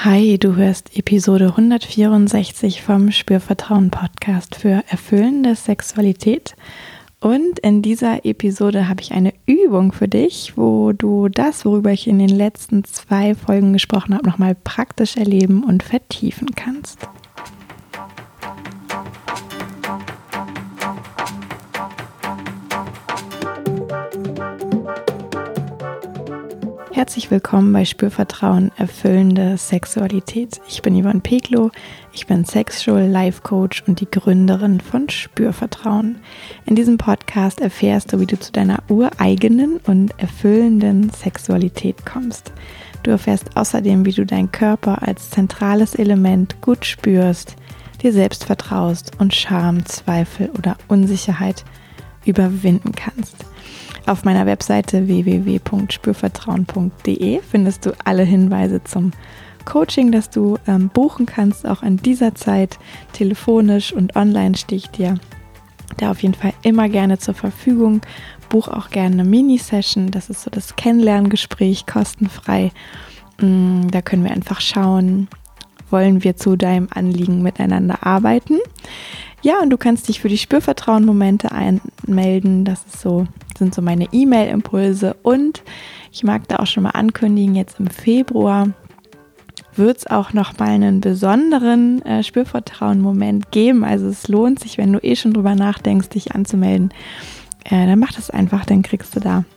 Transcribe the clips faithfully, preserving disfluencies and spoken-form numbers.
Hi, du hörst Episode hundertvierundsechzig vom Spürvertrauen Podcast für erfüllende Sexualität. Und in dieser Episode habe ich eine Übung für dich, wo du das, worüber ich in den letzten zwei Folgen gesprochen habe, nochmal praktisch erleben und vertiefen kannst. Herzlich willkommen bei Spürvertrauen, erfüllende Sexualität. Ich bin Yvonne Peklo, ich bin Sexual Life Coach und die Gründerin von Spürvertrauen. In diesem Podcast erfährst du, wie du zu deiner ureigenen und erfüllenden Sexualität kommst. Du erfährst außerdem, wie du deinen Körper als zentrales Element gut spürst, dir selbst vertraust und Scham, Zweifel oder Unsicherheit überwinden kannst. Auf meiner Webseite w w w punkt spürvertrauen punkt d e findest du alle Hinweise zum Coaching, das du ähm, buchen kannst, auch in dieser Zeit. Telefonisch und online stehe ich dir da auf jeden Fall immer gerne zur Verfügung. Buch auch gerne eine Mini-Session, das ist so das Kennenlerngespräch, kostenfrei. Mm, da können wir einfach schauen, wollen wir zu deinem Anliegen miteinander arbeiten. Ja, und du kannst dich für die Spürvertrauen-Momente anmelden. Das ist so, sind so meine E-Mail-Impulse. Und ich mag da auch schon mal ankündigen, jetzt im Februar wird es auch noch mal einen besonderen äh, Spürvertrauen-Moment geben. Also es lohnt sich, wenn du eh schon drüber nachdenkst, dich anzumelden. Äh, dann mach das einfach, dann kriegst du da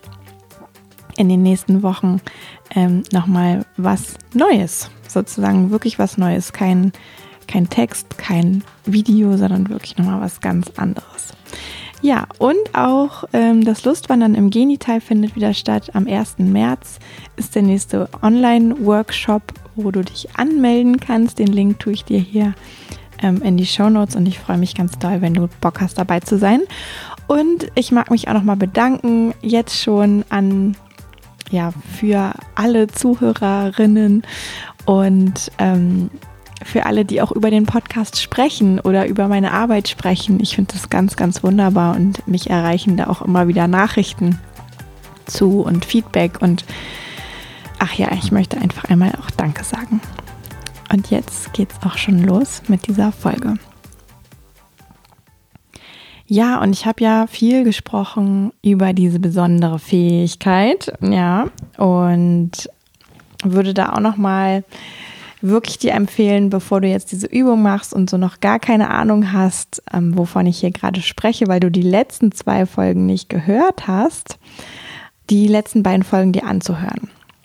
in den nächsten Wochen ähm, noch mal was Neues. Sozusagen wirklich was Neues. Kein Kein Text, kein Video, sondern wirklich nochmal was ganz anderes. Ja, und auch ähm, das Lustwandern im Genital findet wieder statt. Am ersten März ist der nächste Online-Workshop, wo du dich anmelden kannst. Den Link tue ich dir hier ähm, in die Shownotes und ich freue mich ganz doll, wenn du Bock hast, dabei zu sein. Und ich mag mich auch nochmal bedanken, jetzt schon an, ja, für alle Zuhörerinnen und ähm, für alle, die auch über den Podcast sprechen oder über meine Arbeit sprechen. Ich finde das ganz, ganz wunderbar und mich erreichen da auch immer wieder Nachrichten zu und Feedback und ach ja, ich möchte einfach einmal auch Danke sagen. Und jetzt geht's auch schon los mit dieser Folge. Ja, und ich habe ja viel gesprochen über diese besondere Fähigkeit, ja, und würde da auch nochmal wirklich dir empfehlen, bevor du jetzt diese Übung machst und so noch gar keine Ahnung hast, ähm, wovon ich hier gerade spreche, weil du die letzten zwei Folgen nicht gehört hast, die letzten beiden Folgen dir anzuhören.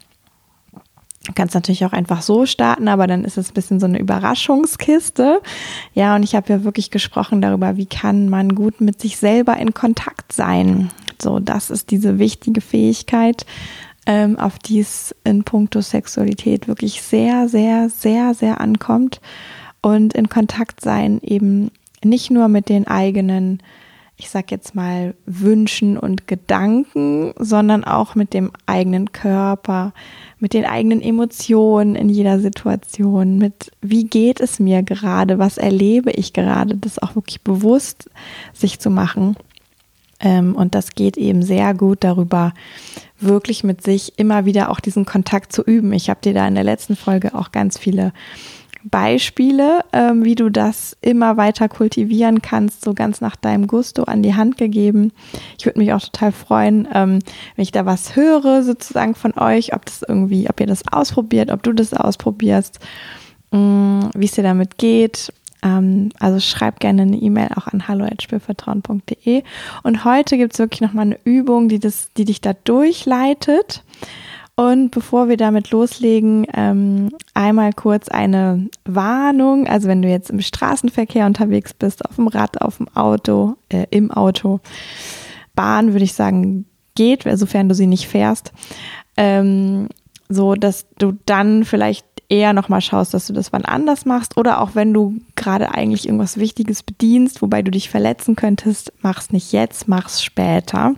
Du kannst natürlich auch einfach so starten, aber dann ist es ein bisschen so eine Überraschungskiste. Ja, und ich habe ja wirklich gesprochen darüber, wie kann man gut mit sich selber in Kontakt sein. So, das ist diese wichtige Fähigkeit, Ähm, auf die es in puncto Sexualität wirklich sehr, sehr, sehr, sehr ankommt und in Kontakt sein eben nicht nur mit den eigenen, ich sag jetzt mal, Wünschen und Gedanken, sondern auch mit dem eigenen Körper, mit den eigenen Emotionen in jeder Situation, mit wie geht es mir gerade, was erlebe ich gerade, das auch wirklich bewusst sich zu machen. Ähm, und das geht eben sehr gut darüber, wirklich mit sich immer wieder auch diesen Kontakt zu üben. Ich habe dir da in der letzten Folge auch ganz viele Beispiele, ähm, wie du das immer weiter kultivieren kannst, so ganz nach deinem Gusto an die Hand gegeben. Ich würde mich auch total freuen, ähm, wenn ich da was höre sozusagen von euch, ob das irgendwie, ob ihr das ausprobiert, ob du das ausprobierst, mh, wie es dir damit geht. Also schreib gerne eine E-Mail auch an hallo at spürvertrauen punkt d e. Und heute gibt es wirklich nochmal eine Übung, die, das, die dich da durchleitet. Und bevor wir damit loslegen, ähm, einmal kurz eine Warnung. Also wenn du jetzt im Straßenverkehr unterwegs bist, auf dem Rad, auf dem Auto, äh, im Auto, Bahn würde ich sagen, geht, sofern du sie nicht fährst. Ähm, so, dass du dann vielleicht eher nochmal schaust, dass du das wann anders machst oder auch wenn du gerade eigentlich irgendwas Wichtiges bedienst, wobei du dich verletzen könntest, mach's nicht jetzt, mach's später.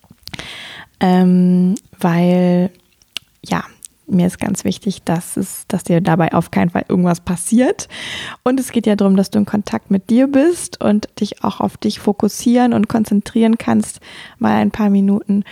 Ähm, weil, ja, mir ist ganz wichtig, dass es, dass dir dabei auf keinen Fall irgendwas passiert. Und es geht ja darum, dass du in Kontakt mit dir bist und dich auch auf dich fokussieren und konzentrieren kannst, mal ein paar Minuten.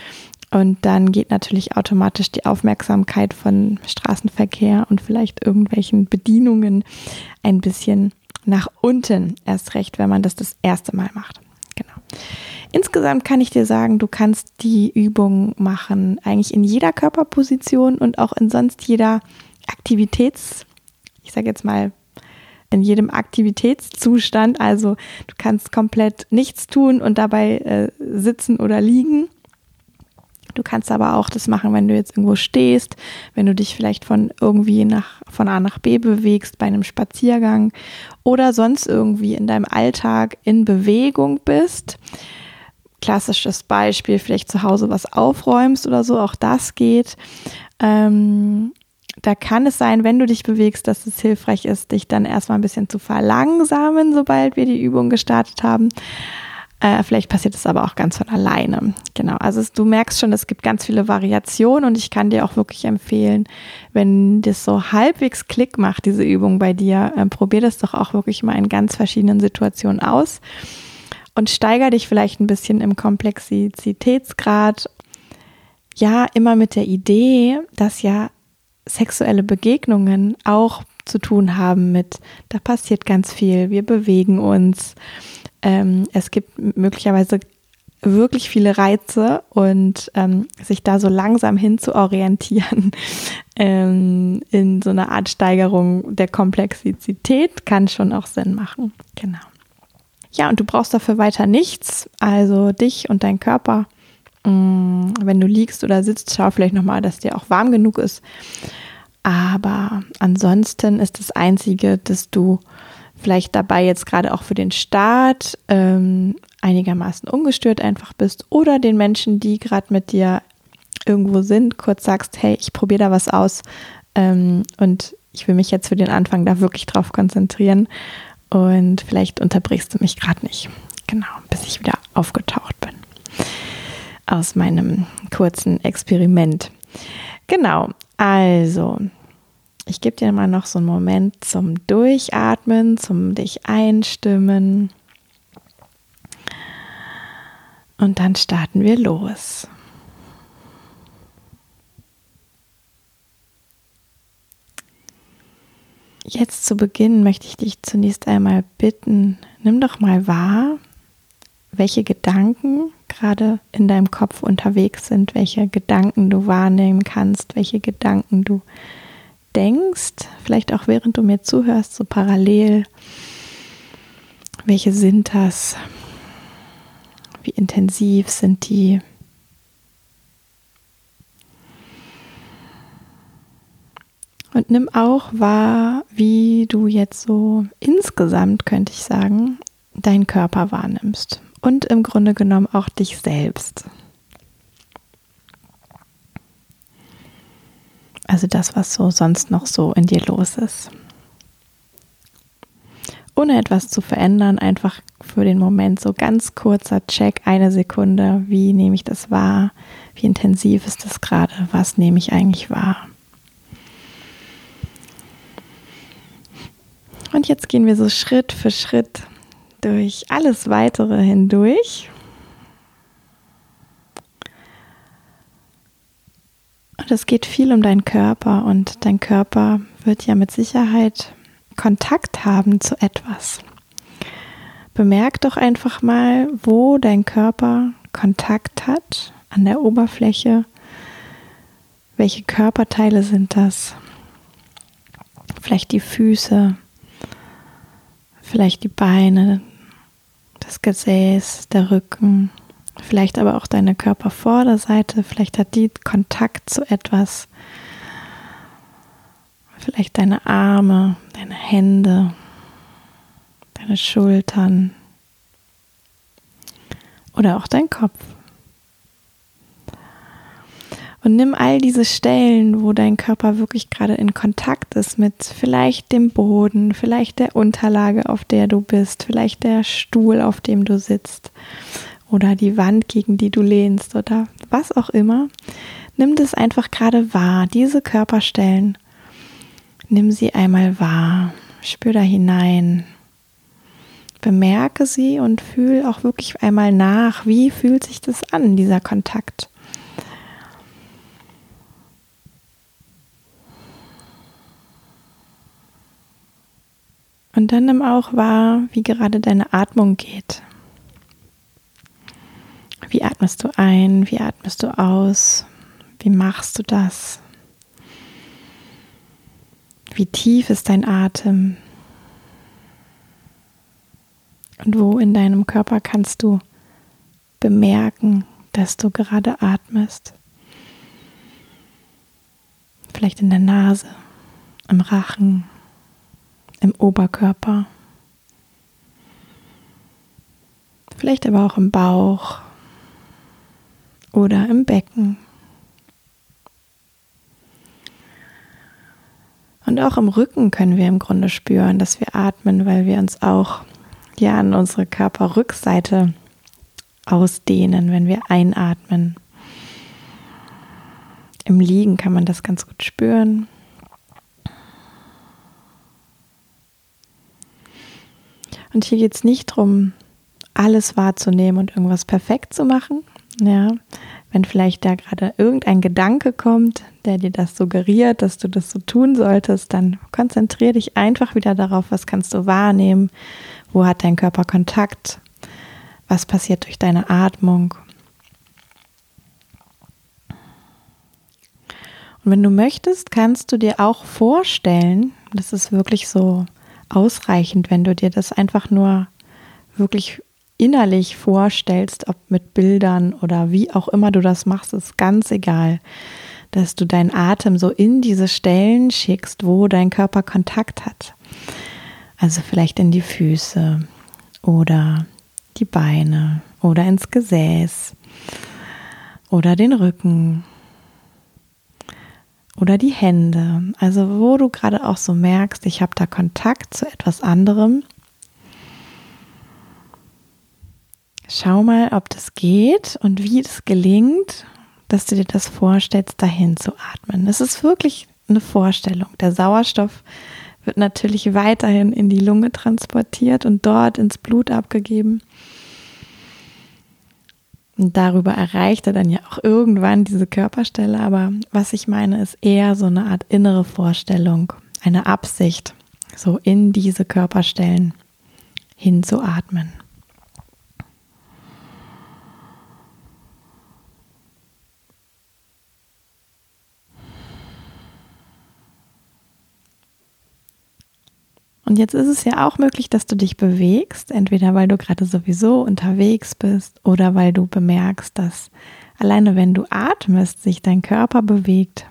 Und dann geht natürlich automatisch die Aufmerksamkeit von Straßenverkehr und vielleicht irgendwelchen Bedienungen ein bisschen nach unten. Erst recht, wenn man das das erste Mal macht. Genau. Insgesamt kann ich dir sagen, du kannst die Übung machen, eigentlich in jeder Körperposition und auch in sonst jeder Aktivitäts, ich sage jetzt mal, in jedem Aktivitätszustand. Also du kannst komplett nichts tun und dabei äh, sitzen oder liegen. Du kannst aber auch das machen, wenn du jetzt irgendwo stehst, wenn du dich vielleicht von irgendwie nach, von A nach B bewegst, bei einem Spaziergang oder sonst irgendwie in deinem Alltag in Bewegung bist. Klassisches Beispiel, vielleicht zu Hause was aufräumst oder so, auch das geht. Ähm, da kann es sein, wenn du dich bewegst, dass es hilfreich ist, dich dann erstmal ein bisschen zu verlangsamen, sobald wir die Übung gestartet haben. Äh, vielleicht passiert es aber auch ganz von alleine. Genau, also es, du merkst schon, es gibt ganz viele Variationen und ich kann dir auch wirklich empfehlen, wenn das so halbwegs Klick macht, diese Übung bei dir, äh, probier das doch auch wirklich mal in ganz verschiedenen Situationen aus und steiger dich vielleicht ein bisschen im Komplexitätsgrad. Ja, immer mit der Idee, dass ja sexuelle Begegnungen auch zu tun haben mit, da passiert ganz viel, wir bewegen uns. Ähm, es gibt möglicherweise wirklich viele Reize und ähm, sich da so langsam hin zu orientieren ähm, in so einer Art Steigerung der Komplexität kann schon auch Sinn machen. Genau. Ja, und du brauchst dafür weiter nichts, also dich und dein Körper. Mh, wenn du liegst oder sitzt, schau vielleicht nochmal, dass dir auch warm genug ist. Aber ansonsten ist das Einzige, dass du vielleicht dabei jetzt gerade auch für den Start ähm, einigermaßen ungestört einfach bist oder den Menschen, die gerade mit dir irgendwo sind, kurz sagst, hey, ich probiere da was aus ähm, und ich will mich jetzt für den Anfang da wirklich drauf konzentrieren und vielleicht unterbrichst du mich gerade nicht. Genau, bis ich wieder aufgetaucht bin aus meinem kurzen Experiment. Genau, also ich gebe dir mal noch so einen Moment zum Durchatmen, zum dich einstimmen. Und dann starten wir los. Jetzt zu Beginn möchte ich dich zunächst einmal bitten, nimm doch mal wahr, welche Gedanken gerade in deinem Kopf unterwegs sind, welche Gedanken du wahrnehmen kannst, welche Gedanken du denkst, vielleicht auch während du mir zuhörst, so parallel. Welche sind das? Wie intensiv sind die? Und nimm auch wahr, wie du jetzt so insgesamt, könnte ich sagen, deinen Körper wahrnimmst und im Grunde genommen auch dich selbst. Also das, was so sonst noch so in dir los ist. Ohne etwas zu verändern, einfach für den Moment so ganz kurzer Check, eine Sekunde, wie nehme ich das wahr? Wie intensiv ist das gerade? Was nehme ich eigentlich wahr? Und jetzt gehen wir so Schritt für Schritt durch alles Weitere hindurch. Und es geht viel um deinen Körper und dein Körper wird ja mit Sicherheit Kontakt haben zu etwas. Bemerk doch einfach mal, wo dein Körper Kontakt hat an der Oberfläche. Welche Körperteile sind das? Vielleicht die Füße, vielleicht die Beine, das Gesäß, der Rücken. Vielleicht aber auch deine Körpervorderseite, vielleicht hat die Kontakt zu etwas. Vielleicht deine Arme, deine Hände, deine Schultern oder auch dein Kopf. Und nimm all diese Stellen, wo dein Körper wirklich gerade in Kontakt ist mit vielleicht dem Boden, vielleicht der Unterlage, auf der du bist, vielleicht der Stuhl, auf dem du sitzt. Oder die Wand, gegen die du lehnst oder was auch immer. Nimm das einfach gerade wahr, diese Körperstellen. Nimm sie einmal wahr, spür da hinein. Bemerke sie und fühl auch wirklich einmal nach, wie fühlt sich das an, dieser Kontakt. Und dann nimm auch wahr, wie gerade deine Atmung geht. Wie atmest du ein? Wie atmest du aus? Wie machst du das? Wie tief ist dein Atem? Und wo in deinem Körper kannst du bemerken, dass du gerade atmest? Vielleicht in der Nase, im Rachen, im Oberkörper. Vielleicht aber auch im Bauch oder im Becken. Und auch im Rücken können wir im Grunde spüren, dass wir atmen, weil wir uns auch ja an unsere Körperrückseite ausdehnen, wenn wir einatmen. Im Liegen kann man das ganz gut spüren. Und hier geht es nicht darum, alles wahrzunehmen und irgendwas perfekt zu machen. Ja, wenn vielleicht da gerade irgendein Gedanke kommt, der dir das suggeriert, dass du das so tun solltest, dann konzentriere dich einfach wieder darauf, was kannst du wahrnehmen, wo hat dein Körper Kontakt, was passiert durch deine Atmung. Und wenn du möchtest, kannst du dir auch vorstellen, das ist wirklich so ausreichend, wenn du dir das einfach nur wirklich innerlich vorstellst, ob mit Bildern oder wie auch immer du das machst, ist ganz egal, dass du deinen Atem so in diese Stellen schickst, wo dein Körper Kontakt hat. Also vielleicht in die Füße oder die Beine oder ins Gesäß oder den Rücken oder die Hände. Also wo du gerade auch so merkst, ich habe da Kontakt zu etwas anderem. Schau mal, ob das geht und wie es gelingt, dass du dir das vorstellst, dahin zu atmen. Es ist wirklich eine Vorstellung. Der Sauerstoff wird natürlich weiterhin in die Lunge transportiert und dort ins Blut abgegeben. Und darüber erreicht er dann ja auch irgendwann diese Körperstelle. Aber was ich meine, ist eher so eine Art innere Vorstellung, eine Absicht, so in diese Körperstellen hinzuatmen. Und jetzt ist es ja auch möglich, dass du dich bewegst, entweder weil du gerade sowieso unterwegs bist oder weil du bemerkst, dass alleine wenn du atmest, sich dein Körper bewegt.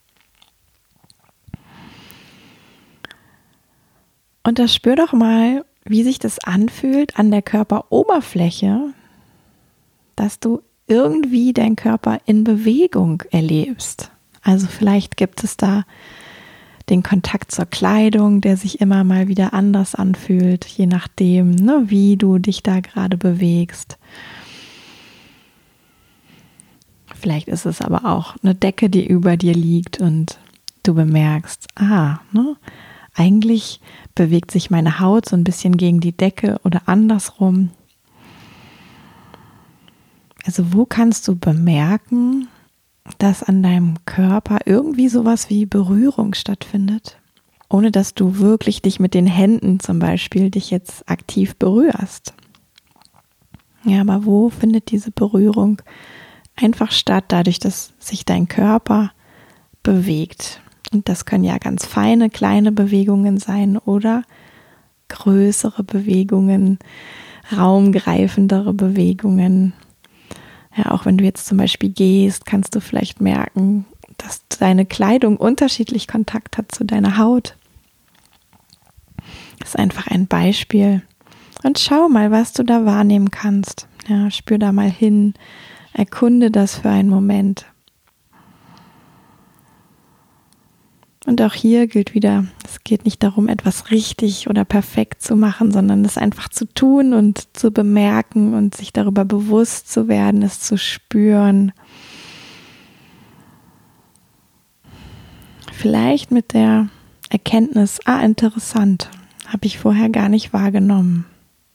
Und da spür doch mal, wie sich das anfühlt an der Körperoberfläche, dass du irgendwie deinen Körper in Bewegung erlebst. Also vielleicht gibt es da den Kontakt zur Kleidung, der sich immer mal wieder anders anfühlt, je nachdem, ne, wie du dich da gerade bewegst. Vielleicht ist es aber auch eine Decke, die über dir liegt und du bemerkst, ah, ne, eigentlich bewegt sich meine Haut so ein bisschen gegen die Decke oder andersrum. Also wo kannst du bemerken, dass an deinem Körper irgendwie sowas wie Berührung stattfindet, ohne dass du wirklich dich mit den Händen zum Beispiel dich jetzt aktiv berührst. Ja, aber wo findet diese Berührung einfach statt, dadurch, dass sich dein Körper bewegt? Und das können ja ganz feine, kleine Bewegungen sein oder größere Bewegungen, raumgreifendere Bewegungen. Ja, auch wenn du jetzt zum Beispiel gehst, kannst du vielleicht merken, dass deine Kleidung unterschiedlich Kontakt hat zu deiner Haut. Das ist einfach ein Beispiel. Und schau mal, was du da wahrnehmen kannst. Ja, spür da mal hin, erkunde das für einen Moment. Und auch hier gilt wieder, es geht nicht darum, etwas richtig oder perfekt zu machen, sondern es einfach zu tun und zu bemerken und sich darüber bewusst zu werden, es zu spüren. Vielleicht mit der Erkenntnis, ah, interessant, habe ich vorher gar nicht wahrgenommen.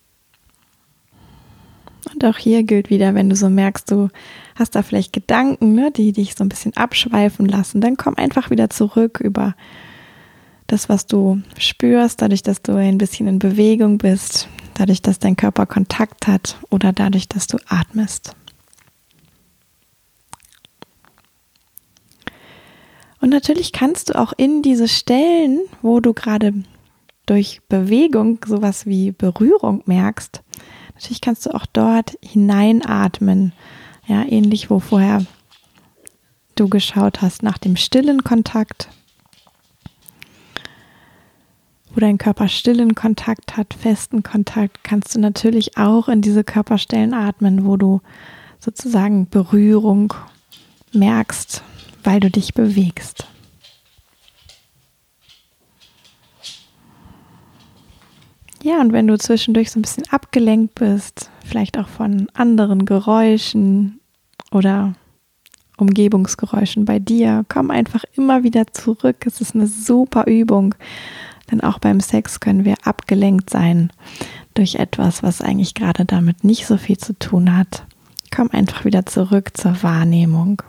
Und auch hier gilt wieder, wenn du so merkst, du hast da vielleicht Gedanken, ne, die dich so ein bisschen abschweifen lassen, dann komm einfach wieder zurück über das, was du spürst, dadurch, dass du ein bisschen in Bewegung bist, dadurch, dass dein Körper Kontakt hat oder dadurch, dass du atmest. Und natürlich kannst du auch in diese Stellen, wo du gerade durch Bewegung sowas wie Berührung merkst, natürlich kannst du auch dort hineinatmen. Ja, ähnlich wo vorher du geschaut hast nach dem stillen Kontakt, wo dein Körper stillen Kontakt hat, festen Kontakt, kannst du natürlich auch in diese Körperstellen atmen, wo du sozusagen Berührung merkst, weil du dich bewegst. Ja, und wenn du zwischendurch so ein bisschen abgelenkt bist, vielleicht auch von anderen Geräuschen oder Umgebungsgeräuschen bei dir, komm einfach immer wieder zurück. Es ist eine super Übung, denn auch beim Sex können wir abgelenkt sein durch etwas, was eigentlich gerade damit nicht so viel zu tun hat. Komm einfach wieder zurück zur Wahrnehmung.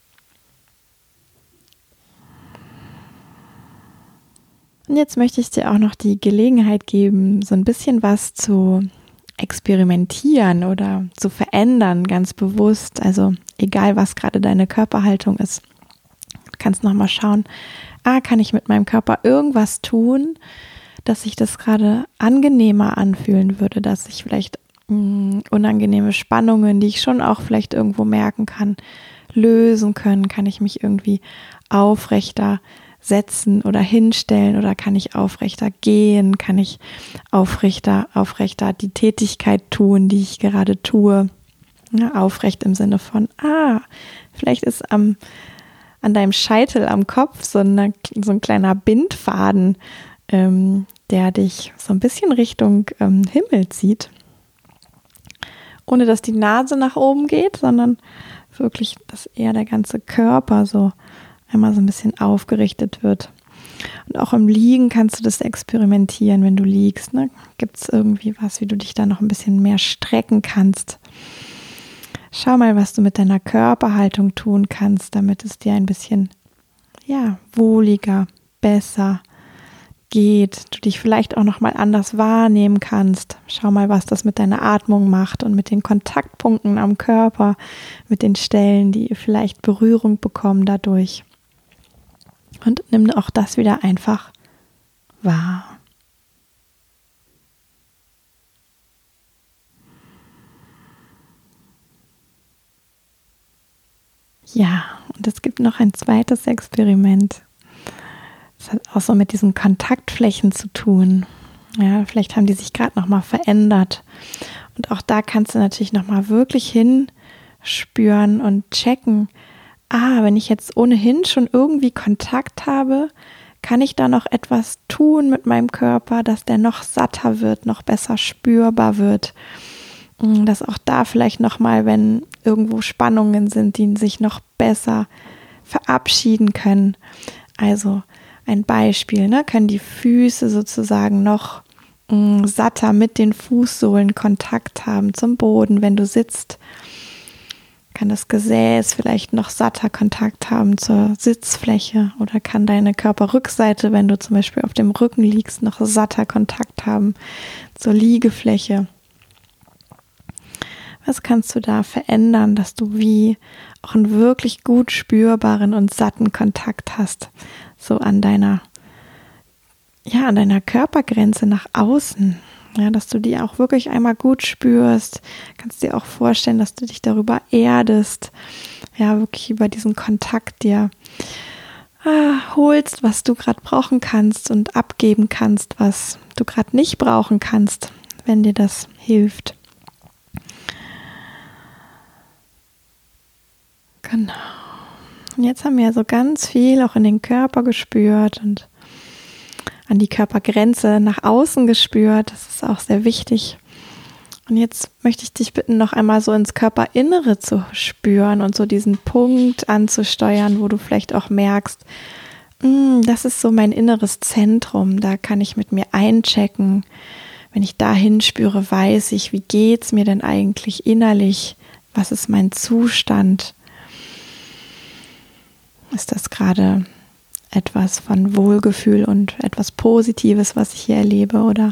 Und jetzt möchte ich dir auch noch die Gelegenheit geben, so ein bisschen was zu experimentieren oder zu verändern, ganz bewusst. Also egal, was gerade deine Körperhaltung ist. Du kannst nochmal schauen, ah, kann ich mit meinem Körper irgendwas tun, dass sich das gerade angenehmer anfühlen würde, dass ich vielleicht mh, unangenehme Spannungen, die ich schon auch vielleicht irgendwo merken kann, lösen können. Kann ich mich irgendwie aufrechter setzen oder hinstellen oder kann ich aufrechter gehen, kann ich aufrechter, aufrechter die Tätigkeit tun, die ich gerade tue. Ja, aufrecht im Sinne von, ah, vielleicht ist am, an deinem Scheitel am Kopf so, eine, so ein kleiner Bindfaden, ähm, der dich so ein bisschen Richtung ähm, Himmel zieht. Ohne dass die Nase nach oben geht, sondern wirklich, dass eher der ganze Körper so einmal so ein bisschen aufgerichtet wird. Und auch im Liegen kannst du das experimentieren, wenn du liegst. Ne? Gibt es irgendwie was, wie du dich da noch ein bisschen mehr strecken kannst? Schau mal, was du mit deiner Körperhaltung tun kannst, damit es dir ein bisschen ja, wohliger, besser geht. Du dich vielleicht auch noch mal anders wahrnehmen kannst. Schau mal, was das mit deiner Atmung macht und mit den Kontaktpunkten am Körper, mit den Stellen, die vielleicht Berührung bekommen dadurch. Und nimm auch das wieder einfach wahr. Ja, und es gibt noch ein zweites Experiment. Das hat auch so mit diesen Kontaktflächen zu tun. Ja, vielleicht haben die sich gerade nochmal verändert. Und auch da kannst du natürlich nochmal wirklich hinspüren und checken, ah, wenn ich jetzt ohnehin schon irgendwie Kontakt habe, kann ich da noch etwas tun mit meinem Körper, dass der noch satter wird, noch besser spürbar wird. Dass auch da vielleicht nochmal, wenn irgendwo Spannungen sind, die sich noch besser verabschieden können. Also ein Beispiel, ne, können die Füße sozusagen noch mh, satter mit den Fußsohlen Kontakt haben zum Boden, wenn du sitzt. Kann das Gesäß vielleicht noch satter Kontakt haben zur Sitzfläche oder kann deine Körperrückseite, wenn du zum Beispiel auf dem Rücken liegst, noch satter Kontakt haben zur Liegefläche. Was kannst du da verändern, dass du wie auch einen wirklich gut spürbaren und satten Kontakt hast, so an deiner, ja, an deiner Körpergrenze nach außen. Ja, dass du die auch wirklich einmal gut spürst, kannst dir auch vorstellen, dass du dich darüber erdest, ja, wirklich über diesen Kontakt dir ah, holst, was du gerade brauchen kannst und abgeben kannst, was du gerade nicht brauchen kannst, wenn dir das hilft. Genau. Und jetzt haben wir ja so ganz viel auch in den Körper gespürt und an die Körpergrenze nach außen gespürt. Das ist auch sehr wichtig. Und jetzt möchte ich dich bitten, noch einmal so ins Körperinnere zu spüren und so diesen Punkt anzusteuern, wo du vielleicht auch merkst, das ist so mein inneres Zentrum, da kann ich mit mir einchecken. Wenn ich da hinspüre, weiß ich, wie geht's mir denn eigentlich innerlich? Was ist mein Zustand? Ist das gerade etwas von Wohlgefühl und etwas Positives, was ich hier erlebe? Oder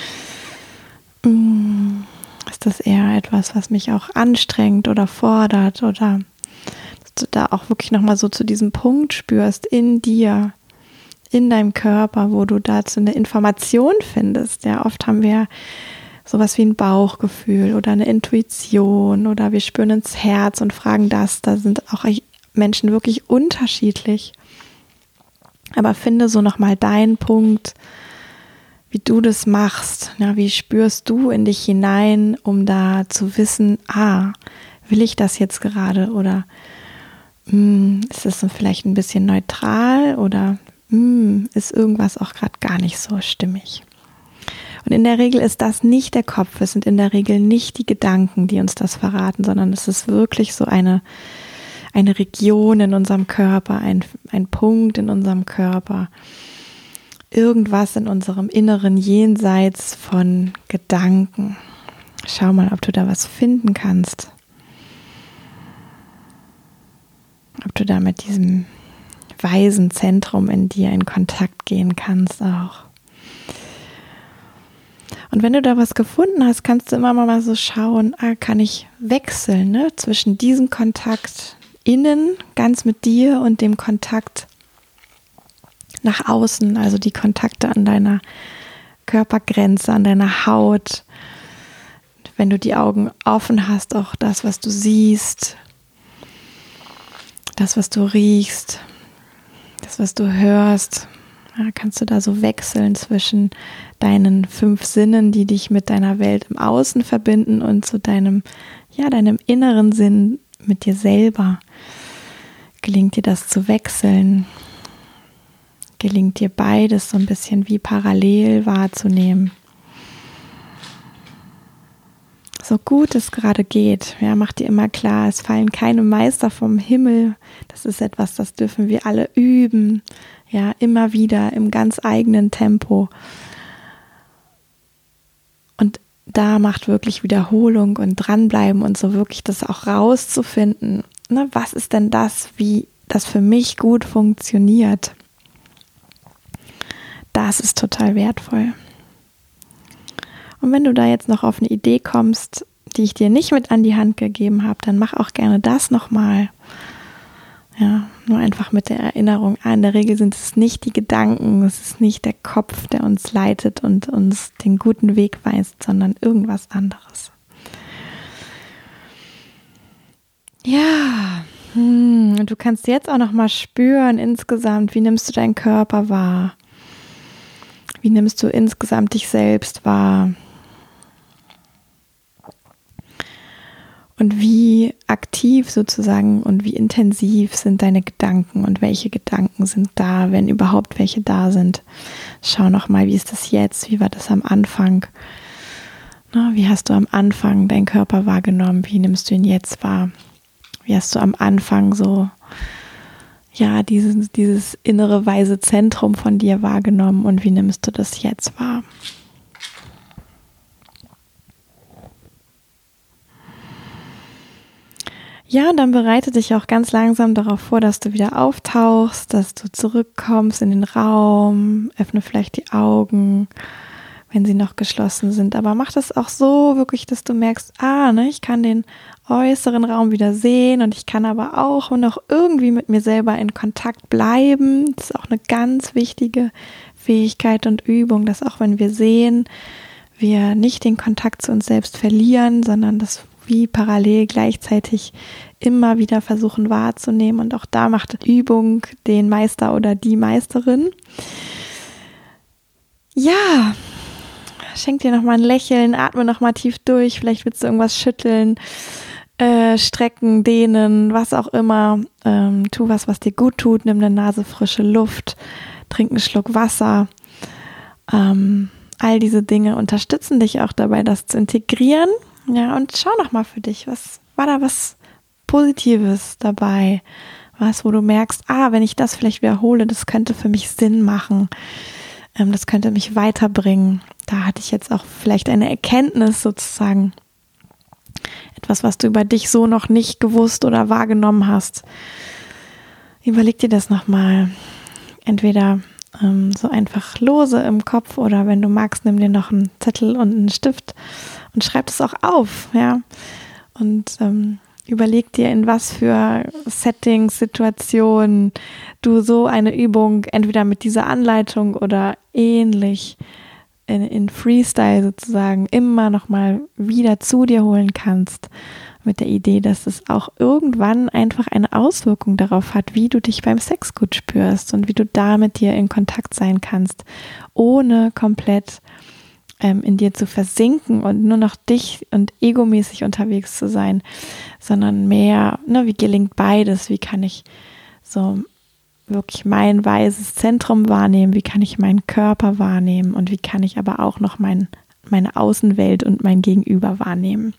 mh, ist das eher etwas, was mich auch anstrengt oder fordert? Oder dass du da auch wirklich nochmal so zu diesem Punkt spürst in dir, in deinem Körper, wo du dazu eine Information findest. Ja, oft haben wir sowas wie ein Bauchgefühl oder eine Intuition oder wir spüren ins Herz und fragen das. Da sind auch Menschen wirklich unterschiedlich. Aber finde so nochmal deinen Punkt, wie du das machst. Ja, wie spürst du in dich hinein, um da zu wissen, ah, will ich das jetzt gerade? Oder mh, ist es vielleicht ein bisschen neutral? Oder mh, ist irgendwas auch gerade gar nicht so stimmig? Und in der Regel ist das nicht der Kopf, es sind in der Regel nicht die Gedanken, die uns das verraten, sondern es ist wirklich so eine eine Region in unserem Körper, ein, ein Punkt in unserem Körper, irgendwas in unserem inneren Jenseits von Gedanken. Schau mal, ob du da was finden kannst. Ob du da mit diesem weisen Zentrum in dir in Kontakt gehen kannst auch. Und wenn du da was gefunden hast, kannst du immer mal so schauen, ah, kann ich wechseln, ne, zwischen diesem Kontakt innen, ganz mit dir und dem Kontakt nach außen, also die Kontakte an deiner Körpergrenze, an deiner Haut. Wenn du die Augen offen hast, auch das, was du siehst, das, was du riechst, das, was du hörst, ja, kannst du da so wechseln zwischen deinen fünf Sinnen, die dich mit deiner Welt im Außen verbinden und zu deinem, ja, deinem inneren Sinn mit dir selber. Gelingt dir das zu wechseln? Gelingt dir beides so ein bisschen wie parallel wahrzunehmen? So gut es gerade geht, ja, mach dir immer klar, es fallen keine Meister vom Himmel. Das ist etwas, das dürfen wir alle üben, ja, immer wieder im ganz eigenen Tempo. Und da macht wirklich Wiederholung und dranbleiben und so wirklich das auch rauszufinden. Ne, was ist denn das, wie das für mich gut funktioniert? Das ist total wertvoll. Und wenn du da jetzt noch auf eine Idee kommst, die ich dir nicht mit an die Hand gegeben habe, dann mach auch gerne das nochmal. Ja, nur einfach mit der Erinnerung. In der Regel sind es nicht die Gedanken, es ist nicht der Kopf, der uns leitet und uns den guten Weg weist, sondern irgendwas anderes. Ja, hm, du kannst jetzt auch nochmal spüren insgesamt, wie nimmst du deinen Körper wahr? Wie nimmst du insgesamt dich selbst wahr? Und wie aktiv sozusagen und wie intensiv sind deine Gedanken und welche Gedanken sind da, wenn überhaupt welche da sind. Schau nochmal, wie ist das jetzt, wie war das am Anfang? Na, wie hast du am Anfang deinen Körper wahrgenommen, wie nimmst du ihn jetzt wahr? Wie hast du am Anfang so, ja, dieses, dieses innere weise Zentrum von dir wahrgenommen und wie nimmst du das jetzt wahr? Ja, und dann bereite dich auch ganz langsam darauf vor, dass du wieder auftauchst, dass du zurückkommst in den Raum, öffne vielleicht die Augen, wenn sie noch geschlossen sind. Aber mach das auch so wirklich, dass du merkst, ah, ne, ich kann den äußeren Raum wieder sehen und ich kann aber auch noch irgendwie mit mir selber in Kontakt bleiben. Das ist auch eine ganz wichtige Fähigkeit und Übung, dass auch wenn wir sehen, wir nicht den Kontakt zu uns selbst verlieren, sondern das wie parallel gleichzeitig immer wieder versuchen wahrzunehmen. Und auch da macht Übung den Meister oder die Meisterin. Ja, schenk dir nochmal ein Lächeln, atme nochmal tief durch, vielleicht willst du irgendwas schütteln, äh, strecken, dehnen, was auch immer. Ähm, tu was, was dir gut tut, nimm eine Nase frische Luft, trink einen Schluck Wasser. Ähm, all diese Dinge unterstützen dich auch dabei, das zu integrieren. Ja, und schau noch mal für dich, was war da was Positives dabei? Was, wo du merkst, ah, wenn ich das vielleicht wiederhole, das könnte für mich Sinn machen. Ähm, das könnte mich weiterbringen. Da hatte ich jetzt auch vielleicht eine Erkenntnis sozusagen. Etwas, was du über dich so noch nicht gewusst oder wahrgenommen hast. Überleg dir das nochmal. entweder ähm, so einfach lose im Kopf oder wenn du magst, nimm dir noch einen Zettel und einen Stift und schreib es auch auf, ja. Und ähm, überleg dir, in was für Settings, Situationen du so eine Übung entweder mit dieser Anleitung oder ähnlich in, in Freestyle sozusagen immer nochmal wieder zu dir holen kannst, mit der Idee, dass es auch irgendwann einfach eine Auswirkung darauf hat, wie du dich beim Sex gut spürst und wie du da mit dir in Kontakt sein kannst, ohne komplett ähm, in dir zu versinken und nur noch dich und egomäßig unterwegs zu sein, sondern mehr, ne, wie gelingt beides, wie kann ich so wirklich mein weises Zentrum wahrnehmen, wie kann ich meinen Körper wahrnehmen und wie kann ich aber auch noch mein, meine Außenwelt und mein Gegenüber wahrnehmen.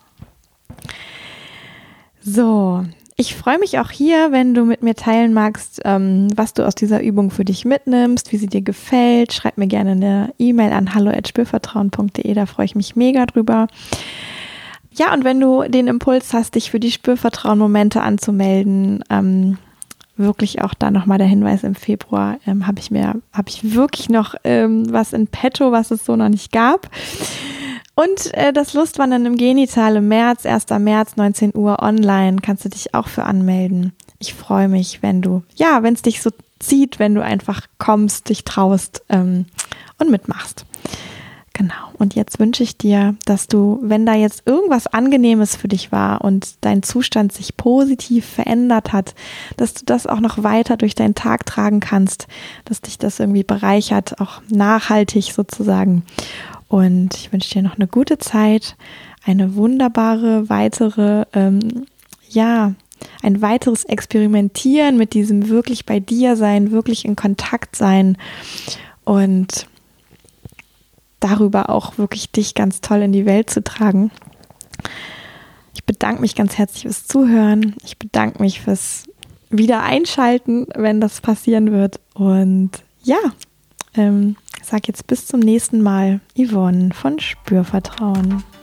So, ich freue mich auch hier, wenn du mit mir teilen magst, ähm, was du aus dieser Übung für dich mitnimmst, wie sie dir gefällt. Schreib mir gerne eine E-Mail an hallo at spürvertrauen punkt de, da freue ich mich mega drüber. Ja, und wenn du den Impuls hast, dich für die Spürvertrauen-Momente anzumelden, ähm, wirklich auch da nochmal der Hinweis, im Februar ähm, habe ich mir, habe ich wirklich noch ähm, was in petto, was es so noch nicht gab. Und äh, das Lustwandern im Genital im März, erster März, neunzehn Uhr online, kannst du dich auch für anmelden. Ich freue mich, wenn du, ja, wenn es dich so zieht, wenn du einfach kommst, dich traust ähm, und mitmachst. Genau. Und jetzt wünsche ich dir, dass du, wenn da jetzt irgendwas Angenehmes für dich war und dein Zustand sich positiv verändert hat, dass du das auch noch weiter durch deinen Tag tragen kannst, dass dich das irgendwie bereichert, auch nachhaltig sozusagen. Und ich wünsche dir noch eine gute Zeit, eine wunderbare weitere, ähm, ja, ein weiteres Experimentieren mit diesem wirklich bei dir sein, wirklich in Kontakt sein und darüber auch wirklich dich ganz toll in die Welt zu tragen. Ich bedanke mich ganz herzlich fürs Zuhören. Ich bedanke mich fürs Wiedereinschalten, wenn das passieren wird. Und ja, ähm, ich sage jetzt bis zum nächsten Mal. Yvonne von Spürvertrauen.